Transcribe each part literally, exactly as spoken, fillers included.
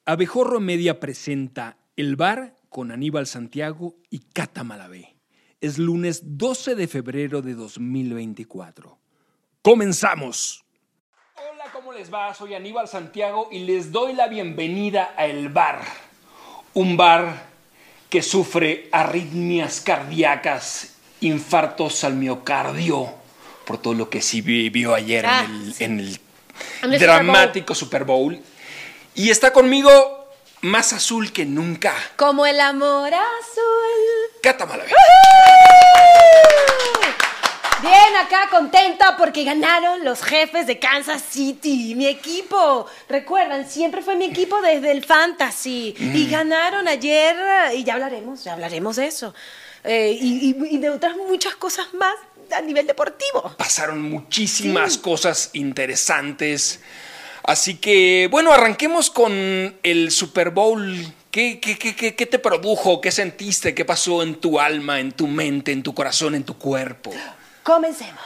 Abejorro Media presenta El Bar con Aníbal Santiago y Cata Malavé. Es lunes doce de febrero de dos mil veinticuatro. ¡Comenzamos! Hola, ¿cómo les va? Soy Aníbal Santiago y les doy la bienvenida a El Bar. Un bar que sufre arritmias cardíacas, infartos al miocardio, por todo lo que sí vivió ayer ah, en el, sí. en el, en el dramático Super Bowl. Super Bowl. Y está conmigo más azul que nunca. Como el amor azul. Cata Malavé. Bien, acá contenta porque ganaron los Jefes de Kansas City, mi equipo. Recuerdan, siempre fue mi equipo desde el Fantasy. Mm. Y ganaron ayer, y ya hablaremos, ya hablaremos de eso. Eh, y, y, y de otras muchas cosas más a nivel deportivo. Pasaron muchísimas sí. cosas interesantes. Así que, bueno, arranquemos con el Super Bowl. ¿Qué, qué, qué, qué, qué te produjo? ¿Qué sentiste? ¿Qué pasó en tu alma, en tu mente, en tu corazón, en tu cuerpo? Comencemos.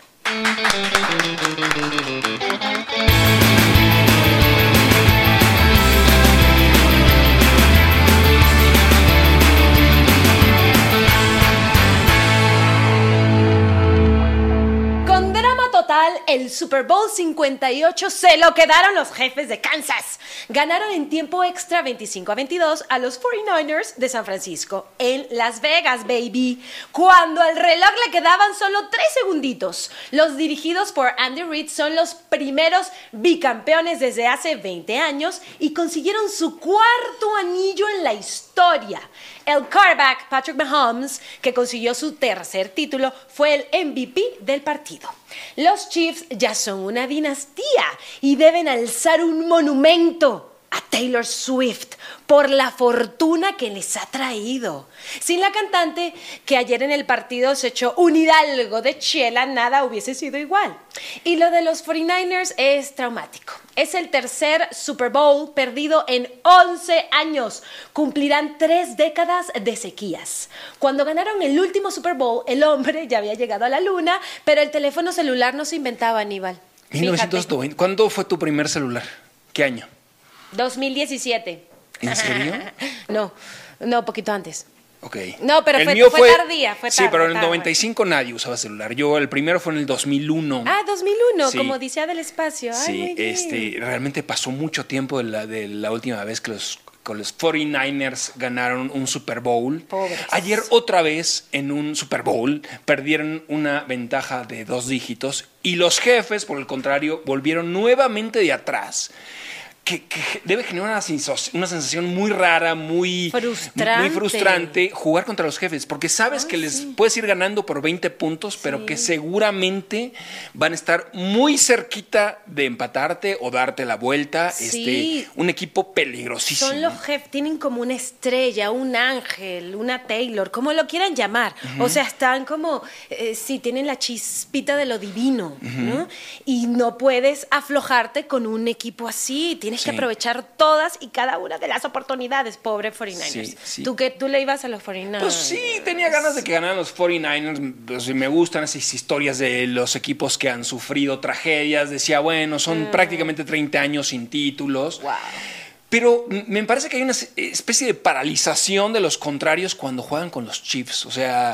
El Super Bowl cincuenta y ocho se lo quedaron los Jefes de Kansas. Ganaron en tiempo extra veinticinco a veintidós a los cuarenta y nueve ers de San Francisco en Las Vegas, baby. Cuando al reloj le quedaban solo tres segunditos. Los dirigidos por Andy Reid son los primeros bicampeones desde hace veinte años y consiguieron su cuarto anillo en la historia. El quarterback Patrick Mahomes, que consiguió su tercer título, fue el M V P del partido. Los Chiefs ya son una dinastía y deben alzar un monumento a Taylor Swift por la fortuna que les ha traído. Sin la cantante, que ayer en el partido se echó un hidalgo de chela, nada hubiese sido igual. Y lo de los cuarenta y nueve ers es traumático. Es el tercer Super Bowl perdido en once años. Cumplirán tres décadas de sequías. Cuando ganaron el último Super Bowl, el hombre ya había llegado a la luna, pero el teléfono celular no se inventaba, Aníbal. mil novecientos noventa. ¿Cuándo fue tu primer celular? ¿Qué año? dos mil diecisiete. ¿En serio? No, no, poquito antes. Ok. No, pero el fue, mío fue, fue tardía, fue Sí, tarde, pero en el tarde. noventa y cinco nadie usaba celular. Yo, el primero fue en el dos mil uno. Ah, dos mil uno, sí. Como Odisea del Espacio. Ay, sí, muy bien. este, realmente pasó mucho tiempo de la, de la última vez que los, con los cuarenta y nueve ers ganaron un Super Bowl. Pobres. Ayer otra vez en un Super Bowl perdieron una ventaja de dos dígitos y los Jefes, por el contrario, volvieron nuevamente de atrás. Que, que debe generar una sensación, una sensación muy rara, muy frustrante. muy frustrante jugar contra los Jefes, porque sabes ah, que les sí. puedes ir ganando por veinte puntos, pero sí. que seguramente van a estar muy cerquita de empatarte o darte la vuelta. Sí. Este, un equipo peligrosísimo. Son los Jefes, tienen como una estrella, un ángel, una Taylor, como lo quieran llamar. Uh-huh. O sea, están como, eh, sí, tienen la chispita de lo divino, uh-huh. ¿no? Y no puedes aflojarte con un equipo así. Tienes que sí. aprovechar todas y cada una de las oportunidades, pobre cuarenta y nueve ers. Sí, sí. ¿Tú, que, ¿Tú le ibas a los cuarenta y nueve ers? Pues sí, tenía ganas de que ganaran los cuarenta y nueve ers. Pues me gustan esas historias de los equipos que han sufrido tragedias. Decía, bueno, son mm. prácticamente treinta años sin títulos. Wow. Pero me parece que hay una especie de paralización de los contrarios cuando juegan con los Chiefs. O sea,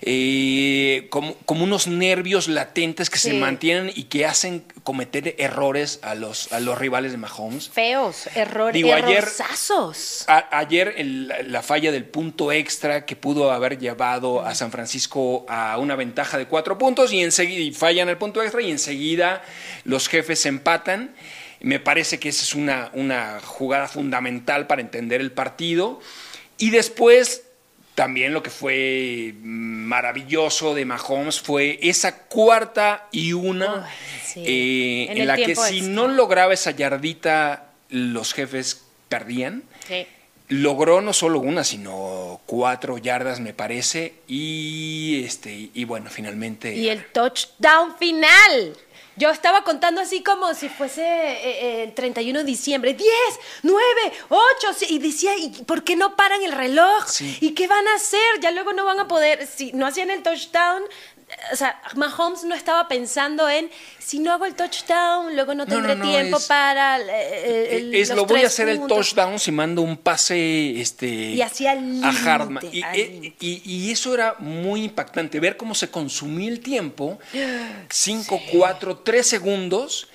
eh, como, como unos nervios latentes que sí. se mantienen y que hacen cometer errores a los, a los rivales de Mahomes. Feos, errores, Digo, errorzazos. Ayer, a, ayer el, la falla del punto extra que pudo haber llevado a San Francisco a una ventaja de cuatro puntos y enseguida y fallan el punto extra y enseguida los Jefes empatan. Me parece que esa es una, una jugada fundamental para entender el partido. Y después, también lo que fue maravilloso de Mahomes fue esa cuarta y una, oh, sí. eh, en, en la que si no lograba esa yardita, los Jefes perdían. Sí. Logró no solo una, sino cuatro yardas, me parece. Y, este, y bueno, finalmente... Y el touchdown final. Yo estaba contando así como si fuese eh, el treinta y uno de diciembre. diez, nueve, ocho. Y decía, ¿y por qué no paran el reloj? Sí. ¿Y qué van a hacer? Ya luego no van a poder. Si no hacían el touchdown, o sea, Mahomes no estaba pensando en si no hago el touchdown, luego no tendré no, no, tiempo es, para el, el, es los lo voy a hacer puntos. el touchdown si mando un pase este y hacia a Hardman y, y, y, y eso era muy impactante, ver cómo se consumía el tiempo, cinco, cuatro, tres segundos.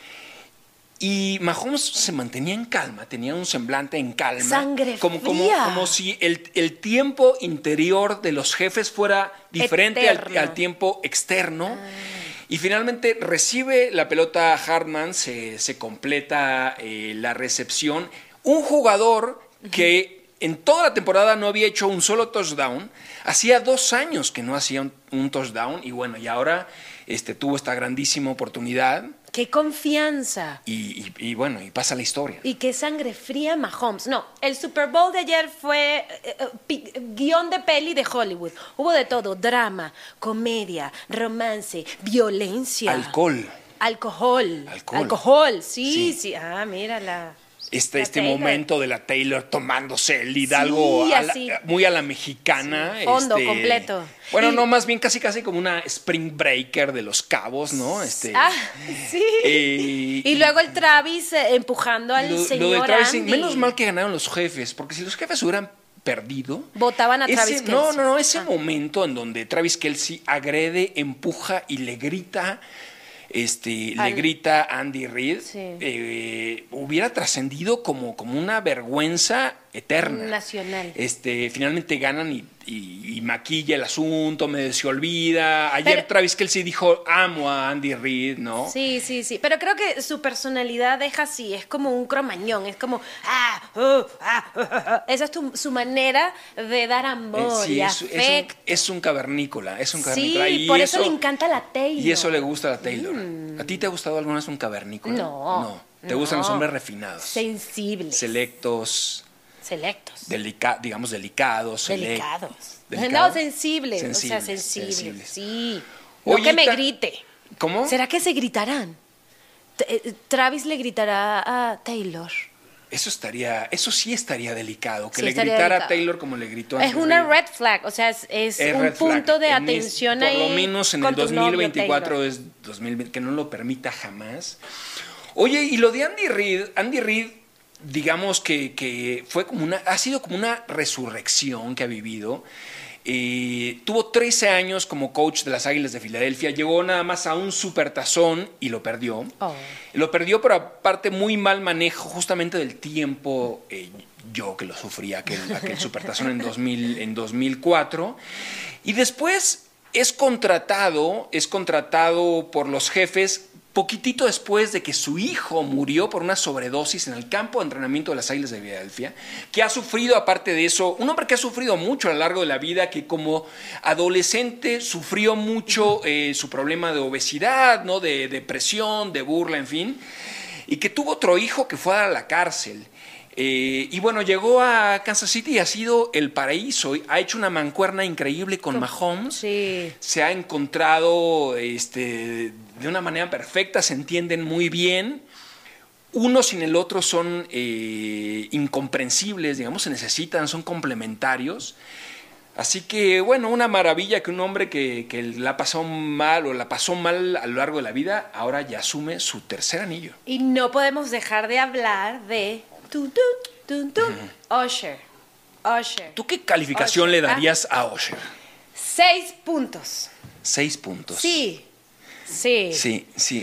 Y Mahomes se mantenía en calma, tenía un semblante en calma. Sangre como, fría. Como, como si el, el tiempo interior de los jefes fuera diferente al, al tiempo externo. Ah. Y finalmente recibe la pelota Hardman, se, se completa eh, la recepción. Un jugador uh-huh. que en toda la temporada no había hecho un solo touchdown. Hacía dos años que no hacía un, un touchdown. Y bueno, y ahora este, tuvo esta grandísima oportunidad. ¡Qué confianza! Y, y, y bueno, y pasa la historia. Y qué sangre fría Mahomes. No, el Super Bowl de ayer fue eh, eh, guión de peli de Hollywood. Hubo de todo, drama, comedia, romance, violencia. Alcohol. Alcohol. Alcohol. Alcohol, sí, sí. sí. Ah, mírala. Este, este momento de la Taylor tomándose el Hidalgo sí, a la, muy a la mexicana. Sí, fondo este, completo. Bueno, y, no, más bien casi casi como una Spring Breaker de Los Cabos, ¿no? Este, ah, sí. Eh, y luego el Travis eh, empujando al lo, señor lo de Travis, Andy. Menos mal que ganaron los jefes, porque si los jefes hubieran perdido... Votaban a ese, Travis Kelce. No, no, no, ese ah. momento en donde Travis Kelce agrede, empuja y le grita... Este, Al, le grita a Andy Reid, sí. eh, hubiera trascendido como, como una vergüenza eterna. Nacional. Este, finalmente ganan y, y, y maquilla el asunto, medio se olvida. Ayer Pero, Travis Kelce dijo, amo a Andy Reid, ¿no? Sí, sí, sí. Pero creo que su personalidad deja así, es como un cromañón, es como, ah, uh, ah, uh, uh. Esa es tu, su manera de dar amor sí, y es, afecto. Es un, es un cavernícola, es un cavernícola. Sí, y por eso, eso le encanta la Taylor. Y eso le gusta a la Taylor. Mm. ¿A ti te ha gustado alguna vez un cavernícola? No. No. ¿Te no. gustan los hombres refinados? Sensibles. Selectos. Selectos. Delica, digamos, delicados. Delicados. delicados. No, sensibles. sensibles. O sea, sensibles. sensibles. Sí. Oye, no que me ta... grite. ¿Cómo? ¿Será que se gritarán? Travis le gritará a Taylor. Eso estaría, eso sí estaría delicado, que sí, le gritara delicado. a Taylor como le gritó a Es una red flag, o sea, es, es, es un punto flag. de en atención es, ahí. Por lo menos en el dos mil veinticuatro es dos mil veinte, que no lo permita jamás. Oye, y lo de Andy Reid, Andy Reid, digamos que, que fue como una, ha sido como una resurrección que ha vivido. Eh, tuvo trece años como coach de las Águilas de Filadelfia, llegó nada más a un supertazón y lo perdió. Oh. Lo perdió, pero aparte muy mal manejo justamente del tiempo, eh, yo que lo sufrí aquel, aquel supertazón en, dos mil, en dos mil cuatro. Y después es contratado, es contratado por los jefes poquitito después de que su hijo murió por una sobredosis en el campo de entrenamiento de las Águilas de Filadelfia, que ha sufrido, aparte de eso, un hombre que ha sufrido mucho a lo largo de la vida, que como adolescente sufrió mucho eh, su problema de obesidad, ¿no? de depresión, de burla, en fin, y que tuvo otro hijo que fue a la cárcel. Eh, y bueno, llegó a Kansas City y ha sido el paraíso. Ha hecho una mancuerna increíble con Mahomes. Sí. Se ha encontrado este, de una manera perfecta, se entienden muy bien. Uno sin el otro son eh, incomprensibles, digamos, se necesitan, son complementarios. Así que, bueno, una maravilla que un hombre que, que la pasó mal o la pasó mal a lo largo de la vida, ahora ya asume su tercer anillo. Y no podemos dejar de hablar de... Tum, tum, tum, tum. Uh-huh. Usher. Usher. ¿Tú qué calificación Usher. le darías a Usher? Seis puntos. Seis puntos. Sí. Sí. Sí, sí.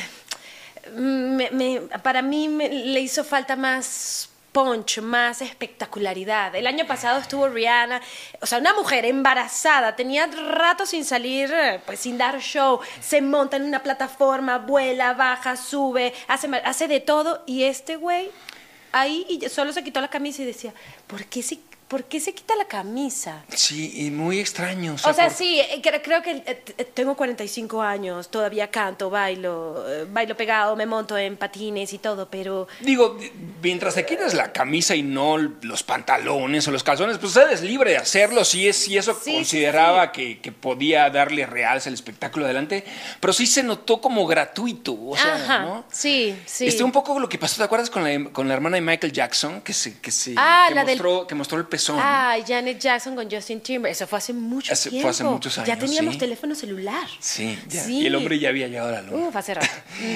Uh, me, me, para mí me, le hizo falta más punch, más espectacularidad. El año pasado estuvo Rihanna, o sea, una mujer embarazada, tenía rato sin salir, pues sin dar show, se monta en una plataforma, vuela, baja, sube, hace, hace de todo, y este güey ahí y solo se quitó la camisa y decía, ¿por qué se, ¿por qué se quita la camisa? Sí, y muy extraño. O sea, o sea por... sí, creo que tengo cuarenta y cinco años, todavía canto, bailo, bailo pegado, me monto en patines y todo, pero... Digo, mientras te quitas la camisa y no los pantalones o los calzones, pues eres libre de hacerlo, si, es, si eso sí, consideraba sí, sí. Que, que podía darle realce al espectáculo adelante, pero sí se notó como gratuito, o sea, Ajá, ¿no? Sí, sí. Este, un poco lo que pasó, ¿te acuerdas con la, con la hermana de Michael Jackson? Que se, que se ah, que la mostró, del... que mostró el pezón. Ah, Janet Jackson con Justin Timberlake. Eso fue hace mucho Hace- tiempo. fue hace muchos años, Ya teníamos sí. teléfono celular. Sí, ya. Sí. Y el hombre ya había llegado a la luna. Uf, hace rato.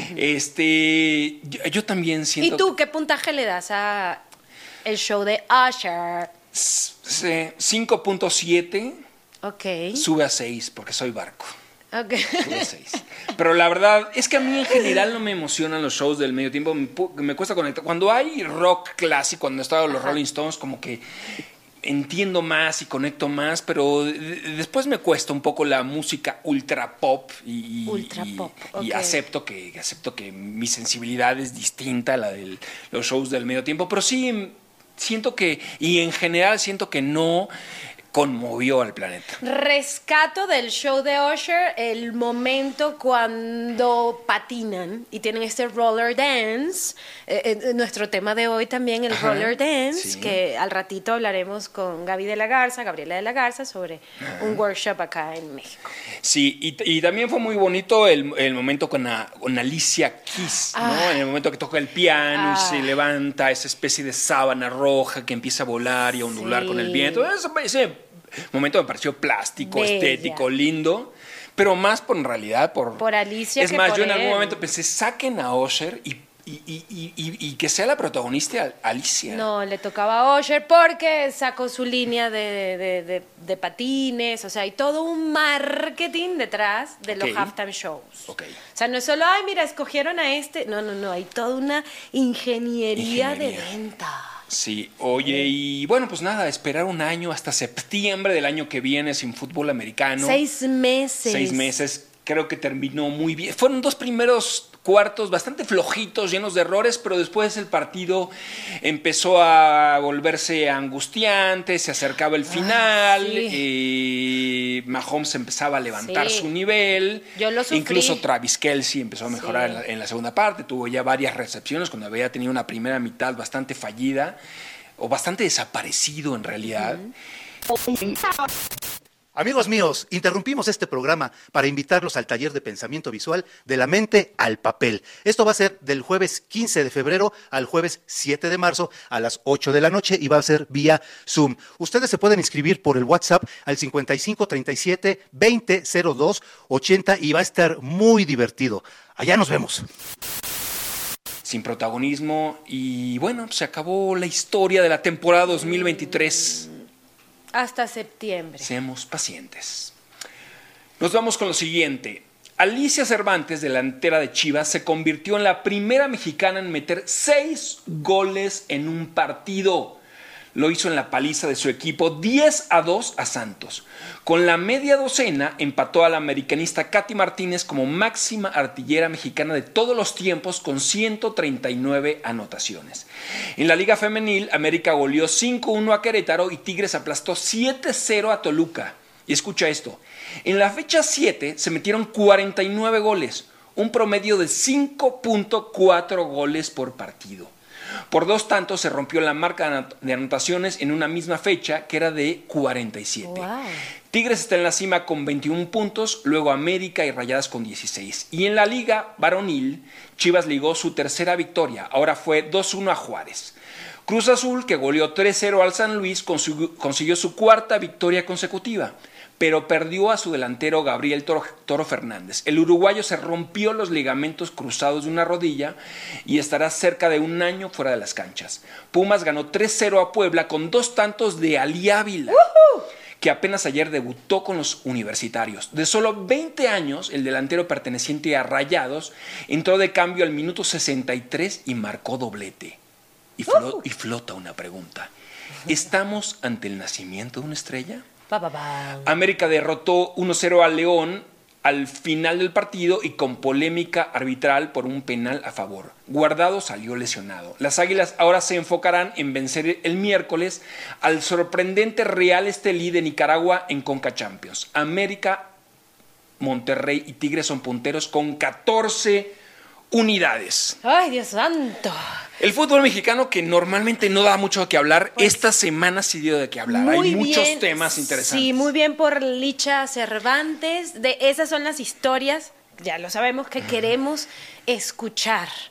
Este, yo, yo también siento... ¿Y tú qué puntaje le das a el show de Usher? Sí, cinco punto siete Ok. sube a seis porque soy barco. Ok. Sube a seis. Pero la verdad es que a mí en general no me emocionan los shows del medio tiempo. Me, pu- me cuesta conectar. Cuando hay rock clásico, cuando estaban los Ajá. Rolling Stones, como que entiendo más y conecto más, pero de- de- después me cuesta un poco la música ultra pop y, y- Ultra y- pop, y ok. acepto que acepto que mi sensibilidad es distinta a la de los shows del medio tiempo, pero sí siento que, y en general siento que no conmovió al planeta. Rescato del show de Usher el momento cuando patinan y tienen este roller dance. Eh, eh, nuestro tema de hoy también, el Ajá, roller dance, sí. que al ratito hablaremos con Gaby de la Garza, Gabriela de la Garza, sobre un workshop acá en México. Sí, y, y también fue muy bonito el, el momento con, a- con Alicia Keys, ¿no? Ah. En el momento que toca el piano Ah. y se levanta esa especie de sábana roja que empieza a volar y a ondular Sí. con el viento. Ese, ese momento me pareció plástico, Bella. estético, lindo, pero más por en realidad por... Por Alicia Es que más, por yo en algún él. momento pensé, saquen a Usher y, y, y, y- y- y que sea la protagonista Alicia. No, le tocaba a Usher porque sacó su línea de, de- de- de patines, o sea, hay todo un marketing detrás de los Ok. halftime shows. Ok. O sea, no es solo, ay, mira, escogieron a este. No, no, no, hay toda una ingeniería, de Ingeniería. venta. Sí, oye, y bueno, pues nada, esperar un año hasta septiembre del año que viene sin fútbol americano. Seis meses. Seis meses, creo que terminó muy bien. Fueron dos primeros cuartos bastante flojitos, llenos de errores, pero después el partido empezó a volverse angustiante, se acercaba el final, sí. eh, Mahomes empezaba a levantar Sí. su nivel, Yo lo sufrí. incluso Travis Kelce empezó a mejorar Sí. en, la, en la segunda parte, tuvo ya varias recepciones cuando había tenido una primera mitad bastante fallida o bastante desaparecido en realidad. Amigos míos, interrumpimos este programa para invitarlos al taller de pensamiento visual de la mente al papel. Esto va a ser del jueves quince de febrero al jueves siete de marzo a las ocho de la noche y va a ser vía Zoom. Ustedes se pueden inscribir por el WhatsApp al cincuenta y cinco treinta y siete veinte cero dos ochenta y va a estar muy divertido. Allá nos vemos. Sin protagonismo y bueno, se acabó la historia de la temporada dos mil veintitrés. Hasta septiembre. Seamos pacientes. Nos vamos con lo siguiente. Alicia Cervantes, delantera de Chivas, se convirtió en la primera mexicana en meter seis goles en un partido. Lo hizo en la paliza de su equipo diez a dos a Santos. Con la media docena empató a la americanista Katy Martínez como máxima artillera mexicana de todos los tiempos con ciento treinta y nueve anotaciones. En la Liga Femenil, América goleó cinco uno a Querétaro y Tigres aplastó siete cero a Toluca. Y escucha esto, en la fecha siete se metieron cuarenta y nueve goles, un promedio de cinco punto cuatro goles por partido. Por dos tantos se rompió la marca de anotaciones en una misma fecha, que era de cuarenta y siete. Wow. Tigres está en la cima con veintiún puntos, luego América y Rayadas con dieciséis. Y en la liga varonil, Chivas ligó su tercera victoria, ahora fue dos uno a Juárez. Cruz Azul, que goleó tres cero al San Luis, consiguió, consiguió su cuarta victoria consecutiva, pero perdió a su delantero Gabriel Toro, Toro Fernández. El uruguayo se rompió los ligamentos cruzados de una rodilla y estará cerca de un año fuera de las canchas. Pumas ganó tres cero a Puebla con dos tantos de Ali Ávila, uh-huh. que apenas ayer debutó con los universitarios. De solo veinte años, el delantero perteneciente a Rayados entró de cambio al minuto sesenta y tres y marcó doblete. Y, flo- uh-huh. y flota una pregunta. ¿Estamos ante el nacimiento de una estrella? Pa, pa, pa. América derrotó uno cero a León al final del partido y con polémica arbitral por un penal a favor. Guardado salió lesionado. Las Águilas ahora se enfocarán en vencer el miércoles al sorprendente Real Estelí de Nicaragua en Conca Champions. América, Monterrey y Tigres son punteros con catorce unidades. Ay, Dios santo. El fútbol mexicano, que normalmente no da mucho de qué hablar, pues, esta semana sí dio de qué hablar. Muy Hay muchos bien, temas interesantes. Sí, muy bien por Licha Cervantes. De esas son las historias, ya lo sabemos, que queremos escuchar.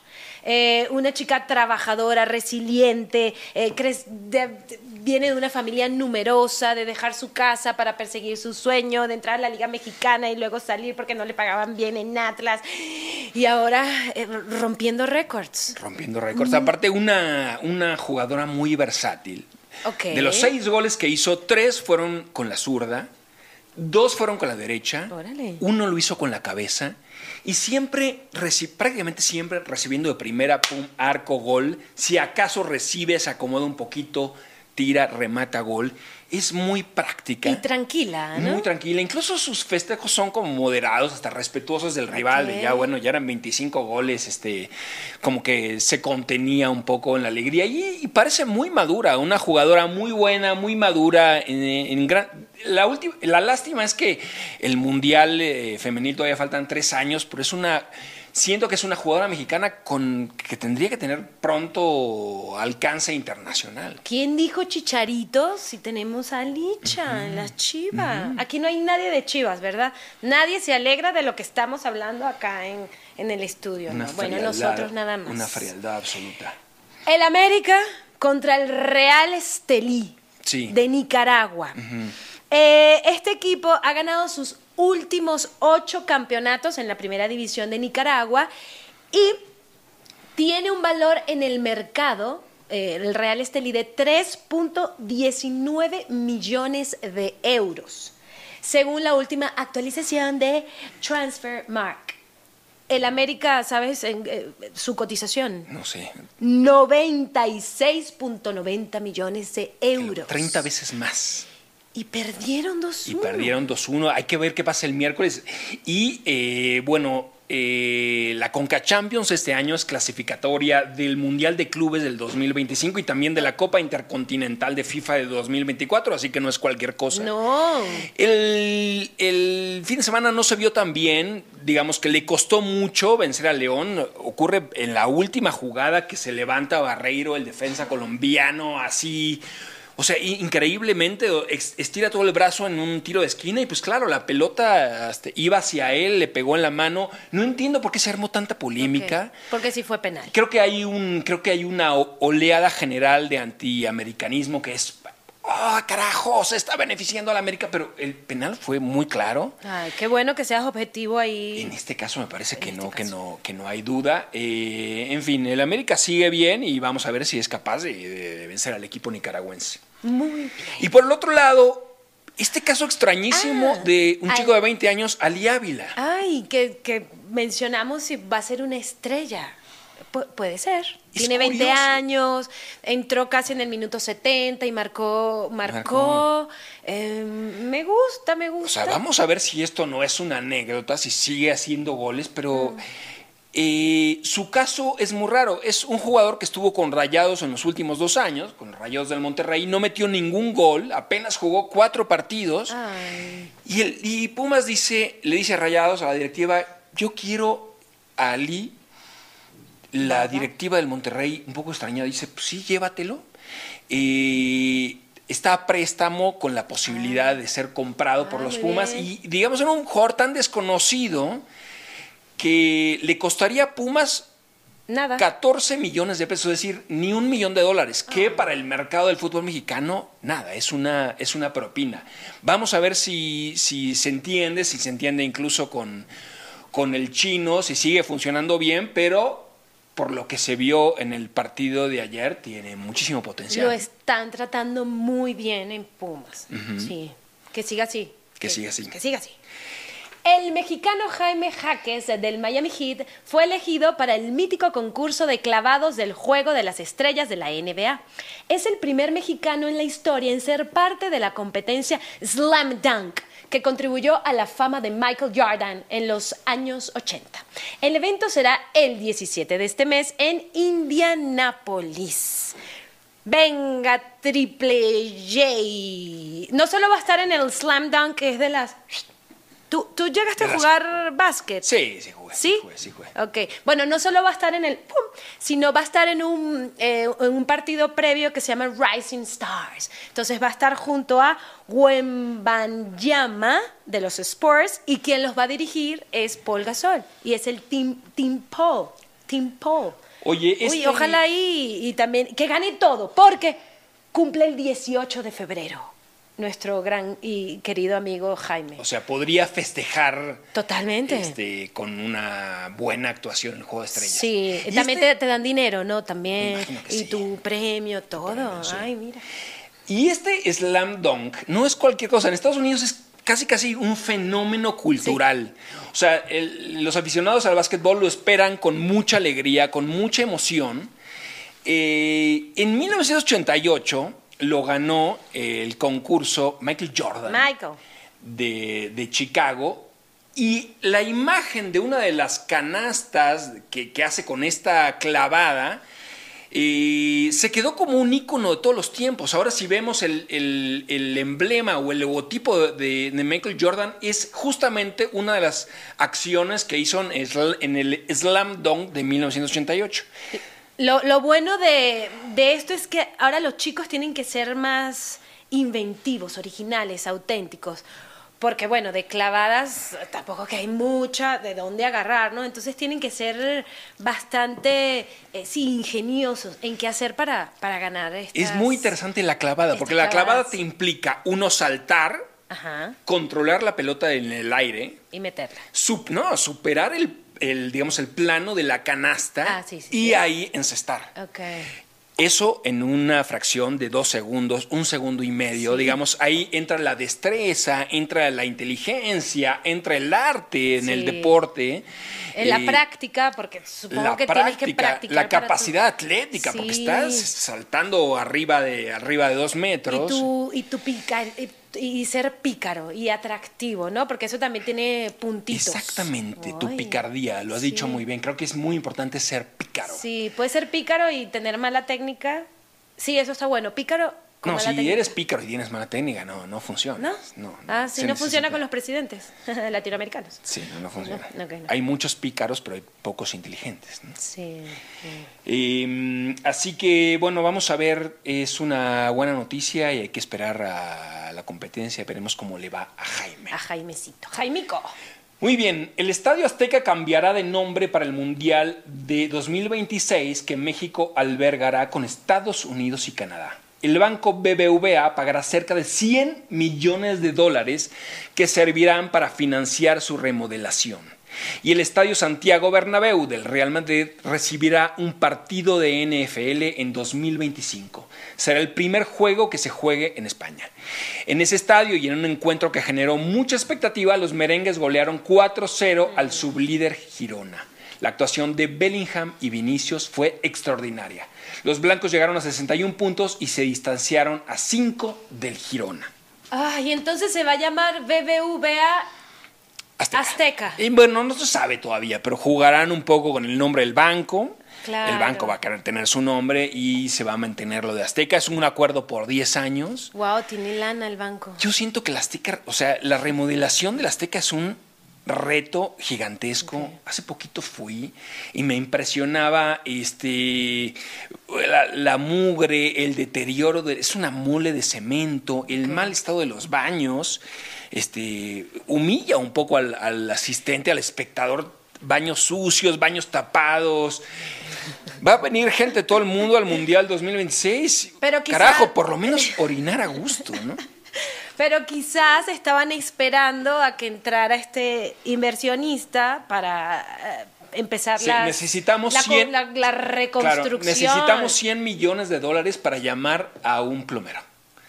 eh, una chica trabajadora, resiliente, eh, cre- de, de, viene de una familia numerosa, de dejar su casa para perseguir su sueño, de entrar a la Liga Mexicana y luego salir porque no le pagaban bien en Atlas. Y ahora eh, rompiendo récords. Rompiendo récords. Mm. Aparte, una, una jugadora muy versátil. Okay. De los seis goles que hizo, tres fueron con la zurda, dos fueron con la derecha, Órale. Uno lo hizo con la cabeza y siempre, reci- prácticamente siempre recibiendo de primera, pum, arco, gol. Si acaso recibe, se acomoda un poquito, tira, remata, gol. Es muy práctica. Y tranquila, ¿no? Muy tranquila. Incluso sus festejos son como moderados, hasta respetuosos del rival. Okay. Ya, bueno, ya eran veinticinco goles, este, como que se contenía un poco en la alegría. Y, y parece muy madura, una jugadora muy buena, muy madura. En, en gran, la, última, la lástima es que el Mundial eh, femenil todavía faltan tres años, pero es una... Siento que es una jugadora mexicana con, que tendría que tener pronto alcance internacional. ¿Quién dijo Chicharito si tenemos a Licha uh-huh. en las Chivas? Uh-huh. Aquí no hay nadie de Chivas, ¿verdad? Nadie se alegra de lo que estamos hablando acá en, en el estudio. ¿No? Bueno, nosotros nada más. Una frialdad absoluta. El América contra el Real Estelí sí. de Nicaragua. Uh-huh. Eh, este equipo ha ganado sus últimos ocho campeonatos en la primera división de Nicaragua y tiene un valor en el mercado, eh, el Real Estelí, de tres punto diecinueve millones de euros, según la última actualización de Transfermarkt. El América, ¿sabes? En, eh, su cotización. No sé. noventa y seis punto noventa millones de euros. treinta veces más. Y perdieron dos uno. Y perdieron dos uno. Hay que ver qué pasa el miércoles. Y, eh, bueno, eh, la Conca Champions este año es clasificatoria del Mundial de Clubes del dos mil veinticinco y también de la Copa Intercontinental de FIFA de dos mil veinticuatro, así que no es cualquier cosa. No. El, el fin de semana no se vio tan bien. Digamos que le costó mucho vencer a León. Ocurre en la última jugada que se levanta Barreiro, el defensa colombiano, así... O sea, increíblemente estira todo el brazo en un tiro de esquina y pues claro, la pelota este, iba hacia él, le pegó en la mano. No entiendo por qué se armó tanta polémica. Okay. Porque sí fue penal. Creo que hay un, creo que hay una oleada general de antiamericanismo que es, oh, carajo, se está beneficiando a la América, pero el penal fue muy claro. Ay, qué bueno que seas objetivo ahí. En este caso me parece que no, este que no, que no hay duda. Eh, en fin, el América sigue bien y vamos a ver si es capaz de, de vencer al equipo nicaragüense. Muy bien. Y por el otro lado, este caso extrañísimo ah, de un chico ay, de veinte años, Ali Ávila. Ay, que, que mencionamos si va a ser una estrella. Pu- puede ser. Es Tiene veinte curioso. años, entró casi en el minuto setenta y marcó. marcó. Marcó. Eh, me gusta, me gusta. O sea, vamos a ver si esto no es una anécdota, si sigue haciendo goles, pero... Mm. Eh, su caso es muy raro. Es un jugador que estuvo con Rayados en los últimos dos años, con Rayados del Monterrey, no metió ningún gol, apenas jugó cuatro partidos. Ay. Y, el, y Pumas dice, le dice a Rayados, a la directiva, yo quiero a Ali. La ¿Nada? directiva del Monterrey, un poco extrañada, dice, pues sí, llévatelo. Eh, está a préstamo con la posibilidad de ser comprado ah, por los muy Pumas. bien. Y digamos, era un jugador tan desconocido que le costaría a Pumas Nada. catorce millones de pesos, es decir, ni un millón de dólares, que para el mercado del fútbol mexicano, nada, es una, es una propina. Vamos a ver si, si se entiende, si se entiende incluso con, con el chino, si sigue funcionando bien, pero por lo que se vio en el partido de ayer, tiene muchísimo potencial. Lo están tratando muy bien en Pumas. Uh-huh. Sí. Que siga así. Que siga así. Que siga así. El mexicano Jaime Jaques del Miami Heat fue elegido para el mítico concurso de clavados del Juego de las Estrellas de la N B A. Es el primer mexicano en la historia en ser parte de la competencia Slam Dunk, que contribuyó a la fama de Michael Jordan en los años ochenta. El evento será el diecisiete de este mes en Indianápolis. Venga, Triple J. No solo va a estar en el Slam Dunk, que es de las... ¿Tú, ¿Tú llegaste a jugar básquet? Sí, sí jugué. ¿Sí? Sí jugué, sí jugué. Ok. Bueno, no solo va a estar en el pum, sino va a estar en un, eh, en un partido previo que se llama Rising Stars. Entonces va a estar junto a Wembanyama de los Spurs y quien los va a dirigir es Paul Gasol y es el Team, team Paul. Team Paul. Oye, este... Uy, ojalá y, y también que gane todo, porque cumple el dieciocho de febrero nuestro gran y querido amigo Jaime. O sea, podría festejar Totalmente. Este, con una buena actuación en el Juego de Estrellas. Sí, Y también este- te, te dan dinero, ¿no? También. que Y sí. tu premio, todo. premio, sí. Ay, mira. Y este slam dunk no es cualquier cosa. En Estados Unidos es casi casi un fenómeno cultural. O sea, el- los aficionados al básquetbol lo esperan con mucha alegría, con mucha emoción. Eh, en mil novecientos ochenta y ocho lo ganó el concurso Michael Jordan Michael. de, de Chicago. Y la imagen de una de las canastas que, que hace con esta clavada eh, se quedó como un ícono de todos los tiempos. Ahora si vemos el, el- el emblema o el logotipo de, de Michael Jordan, es justamente una de las acciones que hizo en, sl- en el Slam Dunk de mil novecientos ochenta y ocho. Lo, lo bueno de, de esto es que ahora los chicos tienen que ser más inventivos, originales, auténticos. Porque, bueno, de clavadas tampoco que hay mucha de dónde agarrar, ¿no? Entonces tienen que ser bastante, eh, sí, ingeniosos en qué hacer para, para ganar estas... Es muy interesante la clavada, porque estas la clavada clavadas. te implica, uno, saltar, Ajá, controlar la pelota en el aire, y meterla. sup- no, superar el, el, digamos, el plano de la canasta Ah, sí, sí, y sí. ahí encestar. Ok. Eso en una fracción de dos segundos, un segundo y medio, Sí. digamos, ahí entra la destreza, entra la inteligencia, entra el arte en Sí. el deporte. En la eh, práctica, porque supongo la que tienes que práctica, practicar. la para tu- capacidad atlética, porque Sí. estás saltando arriba de, arriba de dos Y metros. tu, y tu pica, y, y ser pícaro y atractivo, ¿no? Porque eso también tiene puntitos. Exactamente, tu Ay, picardía, lo has sí. dicho muy bien. Creo que es muy importante ser pícaro. Sí, puede ser pícaro y tener mala técnica. Sí, eso está bueno. Pícaro con No, mala si técnica. eres pícaro y tienes mala técnica, no, no funciona. ¿No? No, Ah, sí, se no funciona necesita. con los presidentes latinoamericanos. Sí, no, no funciona. No, ok, no. Hay muchos pícaros, pero hay pocos inteligentes. ¿no? Sí. sí. Eh, así que, bueno, vamos a ver, es una buena noticia y hay que esperar a la competencia, veremos cómo le va a Jaime. A Jaimecito. Jaimico. Muy bien, el Estadio Azteca cambiará de nombre para el Mundial de dos mil veintiséis que México albergará con Estados Unidos y Canadá. El banco B B V A pagará cerca de cien millones de dólares que servirán para financiar su remodelación. Y el Estadio Santiago Bernabéu del Real Madrid recibirá un partido de N F L en dos mil veinticinco. Será el primer juego que se juegue en España. En ese estadio y en un encuentro que generó mucha expectativa, los merengues golearon cuatro cero al sublíder Girona. La actuación de Bellingham y Vinicius fue extraordinaria. Los blancos llegaron a sesenta y un puntos y se distanciaron a cinco del Girona. Ay, entonces se va a llamar B B V A Azteca. Azteca. Y bueno, no se sabe todavía, pero jugarán un poco con el nombre del banco. Claro. El banco va a querer tener su nombre y se va a mantener lo de Azteca. Es un acuerdo por diez años. Wow, tiene lana el banco. Yo siento que la Azteca, o sea, la remodelación de la Azteca es un reto gigantesco. Ok. Hace poquito fui y me impresionaba este la, la mugre, el deterioro, de, es una mole de cemento, el Ok. mal estado de los baños, este humilla un poco al, al asistente, al espectador, baños sucios, baños tapados. Va a venir gente de todo el mundo al Mundial dos mil veintiséis. Pero quizá- Carajo, por lo menos orinar a gusto, ¿no? Pero quizás estaban esperando a que entrara este inversionista para eh, empezar Sí, las- necesitamos la, co- cien la, la reconstrucción. Claro, necesitamos cien millones de dólares para llamar a un plomero.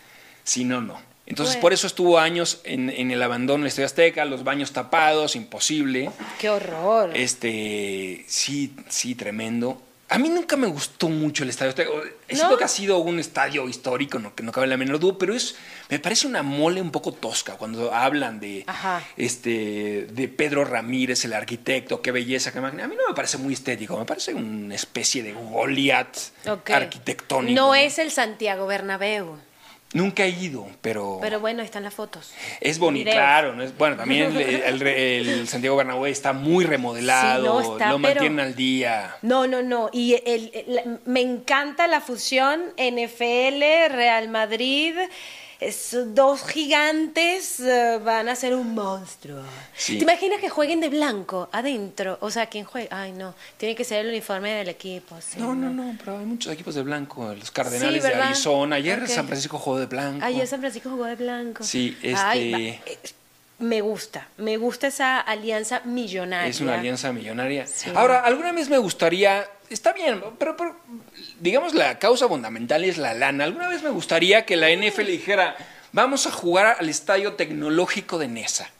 Si no, no. Entonces, Bueno. por eso estuvo años en, en el abandono del Estadio Azteca, los baños tapados, imposible. ¡Qué horror! Este, sí, sí, tremendo. A mí nunca me gustó mucho el Estadio Azteca. ¿No? Siento que ha sido un estadio histórico, no, que no cabe la menor duda, pero es, me parece una mole un poco tosca cuando hablan de, Ajá. este, de Pedro Ramírez, el arquitecto, qué belleza, qué máquina. A mí no me parece muy estético, me parece una especie de Goliat Ok. arquitectónico. No es el Santiago Bernabéu. Nunca he ido, pero, Pero bueno, ahí están las fotos. es bonito, Videos. claro. ¿no? Es- bueno, también el, el- el Santiago Bernabéu está muy remodelado, Sí, no, está, lo mantienen pero- al día. No, no, no. Y el, el- me encanta la fusión N F L, Real Madrid. esos dos gigantes uh, van a ser un monstruo. Sí. ¿Te imaginas que jueguen de blanco adentro? O sea, ¿quién juega? Ay, no, tiene que ser el uniforme del equipo. Sí, No, no, no, pero hay muchos equipos de blanco. Los Cardenales Sí, de ¿verdad? Arizona. Ayer Ok. San Francisco jugó de blanco. Ayer San Francisco jugó de blanco. Sí, este- Ay, va, eh, me gusta, me gusta esa alianza millonaria. Es una alianza millonaria. Sí. Ahora, alguna vez me gustaría, está bien, pero, pero digamos la causa fundamental es la lana. Alguna vez me gustaría que la N F L dijera, vamos a jugar al estadio tecnológico de Nesa.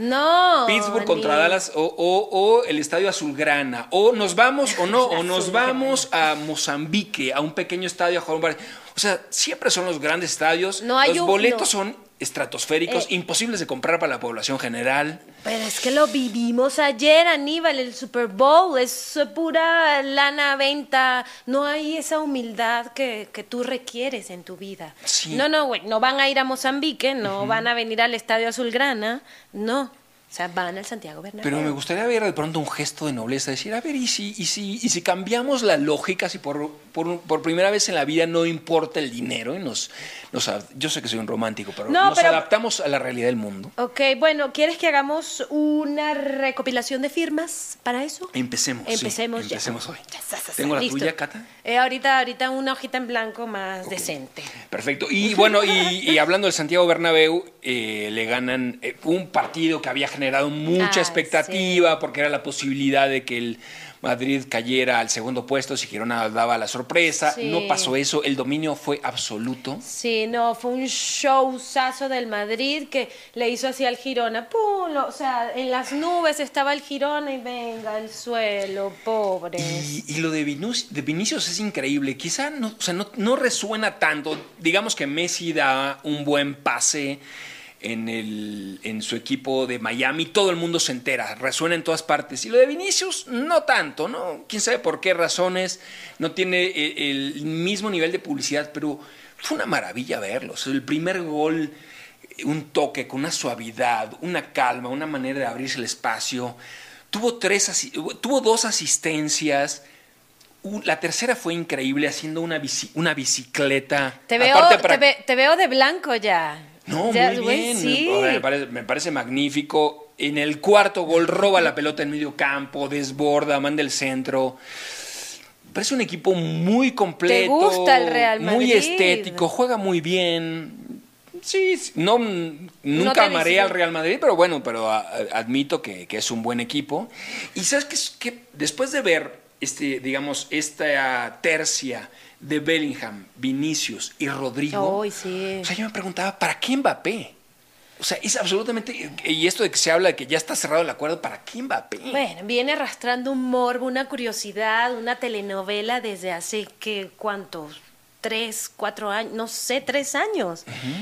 No. Pittsburgh contra ni- Dallas o, o- o el estadio Azulgrana. O nos vamos o no, o nos Azulgrana. vamos a Mozambique, a un pequeño estadio a jugar un par- O sea, siempre son los grandes estadios. No hay los un- boletos no. son estratosféricos, Eh. imposibles de comprar para la población general. Pero es que lo vivimos ayer, Aníbal, el Super Bowl, es pura lana, venta, no hay esa humildad que, que tú requieres en tu vida. Sí. No, no, güey, no van a ir a Mozambique, no van a venir al Estadio Azulgrana, no, o sea, van al Santiago Bernabéu. Pero me gustaría ver de pronto un gesto de nobleza, decir, a ver, ¿y si, y si, y si cambiamos la lógica, si por, por, por primera vez en la vida no importa el dinero y nos, nos ad- yo sé que soy un romántico, pero No, nos pero- adaptamos a la realidad del mundo? Ok, bueno, ¿quieres que hagamos una recopilación de firmas para eso? Empecemos, sí, Empecemos ya. empecemos hoy. Ya, ya, ya, ¿Tengo la listo. tuya, Cata? Eh, ahorita, ahorita una hojita en blanco más decente. Perfecto. Y bueno, y, y hablando del Santiago Bernabéu, eh, le ganan eh, un partido que había generado mucha Ah, expectativa porque era la posibilidad de que el Madrid cayera al segundo puesto si Girona daba la sorpresa. Sí. No pasó eso, el dominio fue absoluto. Sí, no, fue un showzazo del Madrid que le hizo así al Girona. ¡Pum! Lo- o sea, en las nubes estaba el Girona y venga, al suelo, pobre. Y, y lo de, Vinus- de Vinicius es increíble. Quizá no, o sea, no, no resuena tanto. Digamos que Messi da un buen pase en, el, en su equipo de Miami. Todo el mundo se entera, resuena en todas partes. Y lo de Vinicius, no tanto, ¿no? Quién sabe por qué razones. No tiene el, el mismo nivel de publicidad, pero fue una maravilla verlo. O sea, el primer gol, un toque con una suavidad, una calma, una manera de abrirse el espacio. Tuvo, tres, asi- tuvo dos asistencias. Uh, La tercera fue increíble, haciendo una, bici- una bicicleta. Te veo, Aparte para- te, ve- te veo de blanco ya. No, Ya, muy güey, bien. sí. Me, me parece, me parece magnífico. En el cuarto gol roba la pelota en medio campo, desborda, manda el centro. Parece un equipo muy completo. gusta el Real Muy Madrid? estético, juega muy bien. Sí, sí, no, nunca te amaré dice- al Real Madrid, pero bueno, pero a- a- admito que, que es un buen equipo. Y sabes que, que después de ver, este, digamos, esta tercia de Bellingham, Vinicius y Rodrigo, Ay, sí. o sea, yo me preguntaba, ¿para qué Mbappé? O sea, es absolutamente... Y esto de que se habla de que ya está cerrado el acuerdo, ¿para qué Mbappé? Bueno, viene arrastrando un morbo, una curiosidad, una telenovela desde hace, ¿qué, cuántos? Tres, cuatro años, no sé, tres años.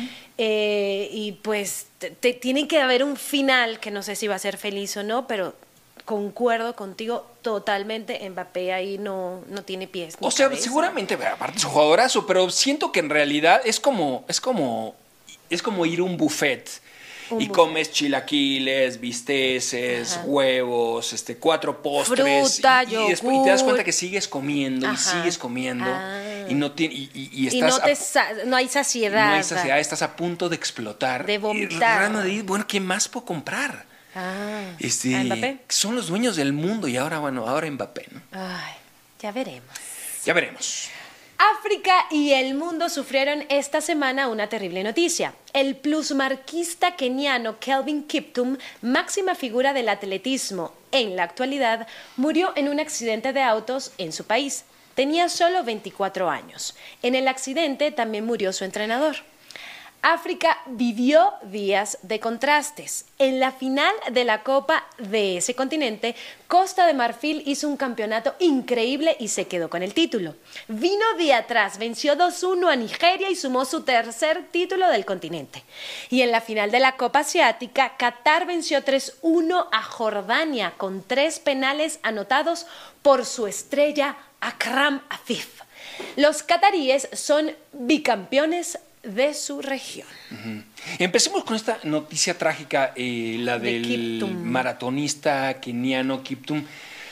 Eh, y pues te, te- tiene que haber un final que no sé si va a ser feliz o no, pero concuerdo contigo totalmente, Mbappé ahí no, no tiene pies. ni O sea, cabeza. seguramente, aparte es un jugadorazo, pero siento que en realidad es como, es como, es como ir a un buffet Un y buffet. comes chilaquiles, bisteces, Ajá. huevos, este, cuatro postres. Fruta, y, y después y te das yogur. cuenta que sigues comiendo y Ajá. sigues comiendo Ah. y no tiene, y, y- y Y estás no, te a- sa- no hay saciedad. no hay saciedad, estás a punto de explotar. De Y vomitar. Real Madrid, bueno, ¿qué más puedo comprar? Ah, Este, ¿a Mbappé? son los dueños del mundo y ahora, bueno, ahora Mbappé, ¿no? Ay, ya veremos. Ya veremos. África y el mundo sufrieron esta semana una terrible noticia. El plusmarquista keniano Kelvin Kiptum, máxima figura del atletismo en la actualidad, murió en un accidente de autos en su país. Tenía solo veinticuatro años. En el accidente también murió su entrenador. África vivió días de contrastes. En la final de la Copa de ese continente, Costa de Marfil hizo un campeonato increíble y se quedó con el título. Vino de atrás, venció dos uno a Nigeria y sumó su tercer título del continente. Y en la final de la Copa Asiática, Qatar venció tres uno a Jordania con tres penales anotados por su estrella Akram Afif. Los cataríes son bicampeones de su región. Empecemos con esta noticia trágica, eh, la De del Kiptum. maratonista keniano Kiptum.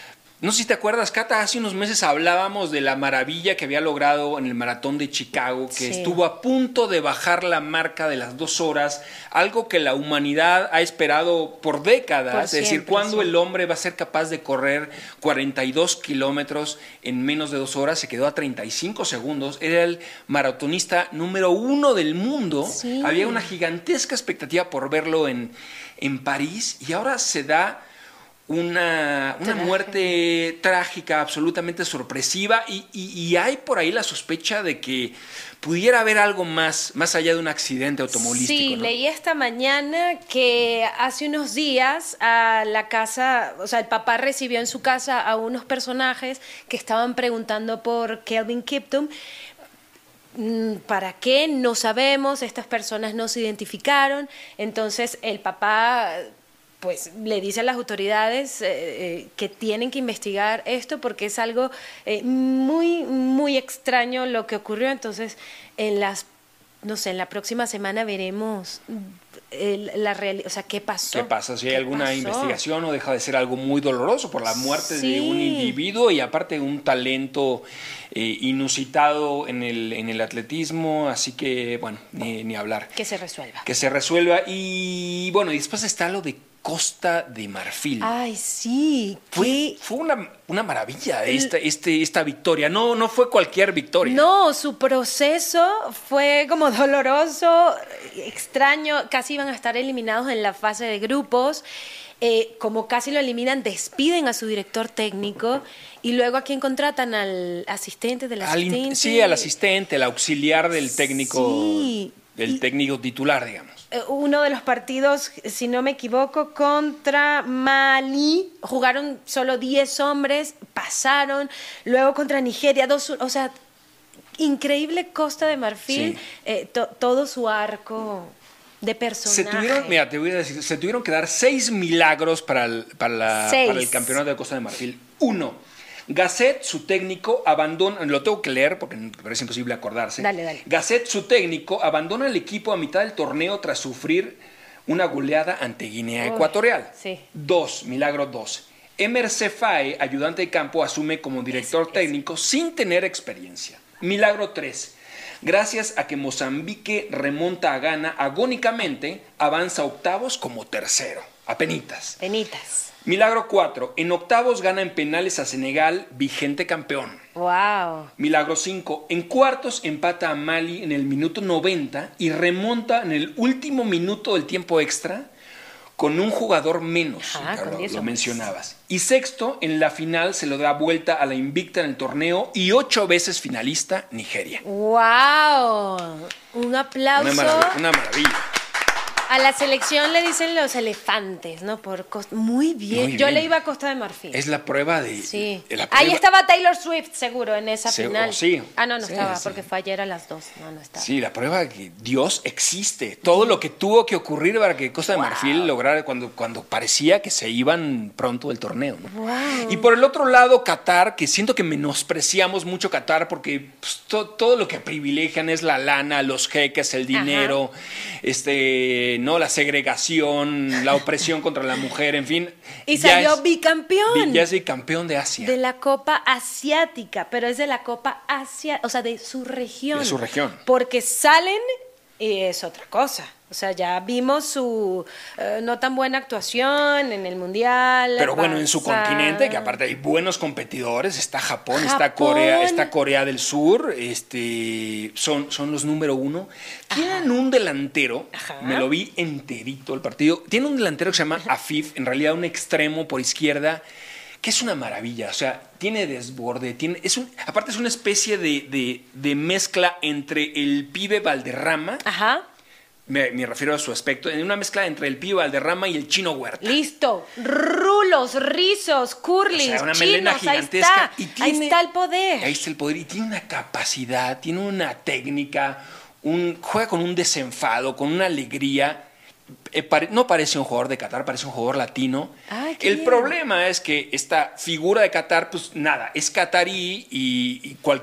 No sé si te acuerdas, Cata, hace unos meses hablábamos de la maravilla que había logrado en el maratón de Chicago, que Sí. estuvo a punto de bajar la marca de las dos horas, algo que la humanidad ha esperado por décadas, Por es decir, siempre, ¿cuándo sí. el hombre va a ser capaz de correr cuarenta y dos kilómetros en menos de dos horas? Se quedó a treinta y cinco segundos, era el maratonista número uno del mundo, Sí. había una gigantesca expectativa por verlo en, en París y ahora se da una, una Trágica. muerte trágica, absolutamente sorpresiva y, y- y hay por ahí la sospecha de que pudiera haber algo más, más allá de un accidente automovilístico. Sí, ¿no? leí esta mañana que hace unos días a la casa, o sea, el papá recibió en su casa a unos personajes que estaban preguntando por Kelvin Kiptum. Mm, ¿Para qué? No sabemos, estas personas no se identificaron, entonces el papá pues le dice a las autoridades eh, eh, que tienen que investigar esto porque es algo eh, muy, muy extraño lo que ocurrió, entonces en las, no sé, en la próxima semana veremos el- la realidad, o sea, qué pasó. ¿Qué pasa? Si hay ¿Qué alguna pasó? investigación o deja de ser algo muy doloroso por la muerte Sí. de un individuo y aparte un talento eh, inusitado en el, en el atletismo, así que, bueno, ni, ni hablar. Que se resuelva. Que se resuelva. Y bueno, y después está lo de Costa de Marfil. Ay, sí, Fue, qué... fue una, una maravilla esta, este, esta victoria. No, no fue cualquier victoria. No, su proceso fue como doloroso, extraño, casi iban a estar eliminados en la fase de grupos. Eh, como casi lo eliminan, despiden a su director técnico y luego a quién contratan, al asistente del Al in- asistente. sí, al asistente, al auxiliar del técnico, Sí. del Y- técnico titular, digamos. Eh, Uno de los partidos, si no me equivoco, contra Mali, jugaron solo diez hombres, pasaron, luego contra Nigeria, dos, o sea, increíble Costa de Marfil, Sí. eh, to- todo su arco de personaje. Se tuvieron, mira, te voy a decir, se tuvieron que dar seis milagros para el, para la- Seis. para el campeonato de Costa de Marfil. Uno, Gasset, su técnico, abandona, lo tengo que leer porque me parece imposible acordarse. Dale, dale. Gasset, su técnico, abandona el equipo a mitad del torneo tras sufrir una goleada ante Guinea Uy, Ecuatorial. sí. Dos, milagro dos. Emer Cefae, ayudante de campo, asume como director técnico sin tener experiencia. Milagro tres. Gracias a que Mozambique remonta a Ghana agónicamente, avanza a octavos como tercero. Apenitas. Penitas. Milagro cuatro. En octavos gana en penales a Senegal, vigente campeón. Wow. Milagro cinco. En cuartos empata a Mali en el minuto noventa y remonta en el último minuto del tiempo extra con un jugador menos. Ajá, Carlos, con diez lo hombres. mencionabas. Y sexto, en la final se lo da vuelta a la invicta en el torneo y ocho veces finalista, Nigeria. Wow. Un aplauso. Una maravilla. Una maravilla. A la selección le dicen los elefantes, ¿no? Por Costa. Muy bien. Muy Yo bien. le iba a Costa de Marfil. Es la prueba de... Sí. de la Ahí prueba- estaba Taylor Swift, seguro, en esa Se- final. oh, sí. Ah, no, no Sí, estaba, sí. porque fue ayer a las dos. No, no estaba. Sí, la prueba que Dios existe. Todo lo que tuvo que ocurrir para que Costa de Marfil lograra cuando, cuando parecía que se iban pronto del torneo. ¿no? Wow. Y por el otro lado, Qatar, que siento que menospreciamos mucho Qatar porque pues, to- todo lo que privilegian es la lana, los jeques, el dinero, este, no, la segregación, la opresión contra la mujer, en fin. Y ya salió es- bicampeón. Ya es bicampeón de Asia. De la Copa Asiática, pero es de la Copa Asia, o sea, de su región. De su región. Porque salen y es otra cosa. O sea, ya vimos su eh, no tan buena actuación en el Mundial. Pero bueno, en su pasado. continente, que aparte hay buenos competidores, está Japón, está Japón. Corea, está Corea del Sur, este, son, son los número uno. Tienen un delantero, Ajá. me lo vi enterito el partido, tiene un delantero que se llama Afif, en realidad un extremo por izquierda, que es una maravilla, o sea, tiene desborde, tiene, es un, aparte es una especie de, de, de mezcla entre el pibe Valderrama, Ajá. me, me refiero a su aspecto, en una mezcla entre el pibe Valderrama y el Chino Huerta. Listo. Rulos, rizos, curlings, O sea, una melena chinos, ahí gigantesca. está. Y Ahí tiene- está el poder. Ahí está el poder. Y tiene una capacidad, tiene una técnica, un, juega con un desenfado, con una alegría. Eh, pare- no parece un jugador de Qatar, parece un jugador latino. Ay, qué el bien. problema es que esta figura de Qatar, pues nada, es catarí y, y cualquier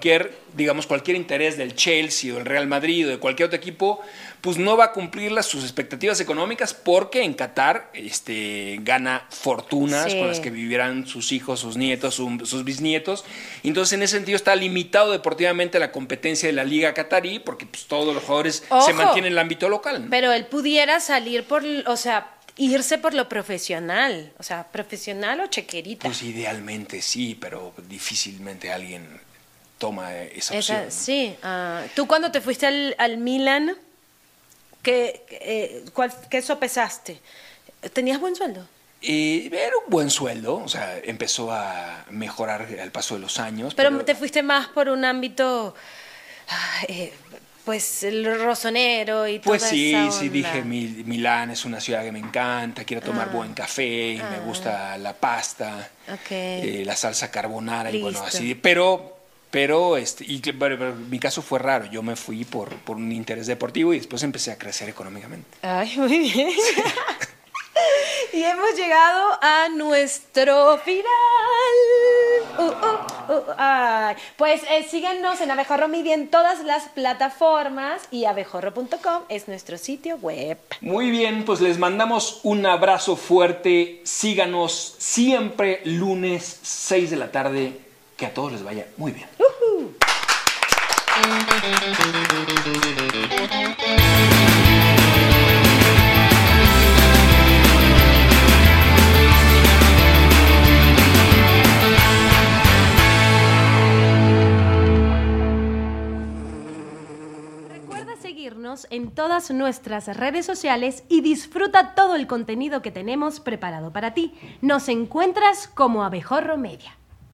digamos, cualquier interés del Chelsea o el Real Madrid o de cualquier otro equipo, pues no va a cumplir las, sus expectativas económicas porque en Qatar este, gana fortunas Sí. con las que vivirán sus hijos, sus nietos, su- sus bisnietos. Entonces, en ese sentido, está limitado deportivamente la competencia de la Liga Qatarí porque pues, todos los jugadores Ojo. se mantienen en el ámbito local, ¿no? Pero él pudiera salir por, o sea, irse por lo profesional. O sea, profesional o chequerita. Pues idealmente sí, pero difícilmente alguien toma esa opción. Esa, ¿no? sí. ah, ¿Tú cuando te fuiste al, al Milan, qué, eh, cuál, qué sopesaste? ¿Tenías buen sueldo? Eh, era un buen sueldo, o sea, empezó a mejorar al paso de los años. Pero, te fuiste más por un ámbito, ah, eh, pues, el rosonero y todo Pues esa sí, onda. sí, dije, Mil- Milán es una ciudad que me encanta, quiero tomar Ah. buen café, Ah. me gusta la pasta, Ok. eh, la salsa carbonara y bueno, Listo. así. Pero, pero, este, y, que- pero, pero mi caso fue raro, yo me fui por, por un interés deportivo y después empecé a crecer económicamente. Ay, muy bien. Y hemos llegado a nuestro final. Uh, uh, uh, ay. Pues eh, síganos en Abejorro Media en todas las plataformas y abejorro punto com es nuestro sitio web. Muy bien, pues les mandamos un abrazo fuerte, síganos siempre lunes seis de la tarde, que a todos les vaya muy bien. Recuerda seguirnos en todas nuestras redes sociales y disfruta todo el contenido que tenemos preparado para ti. Nos encuentras como Abejorro Media.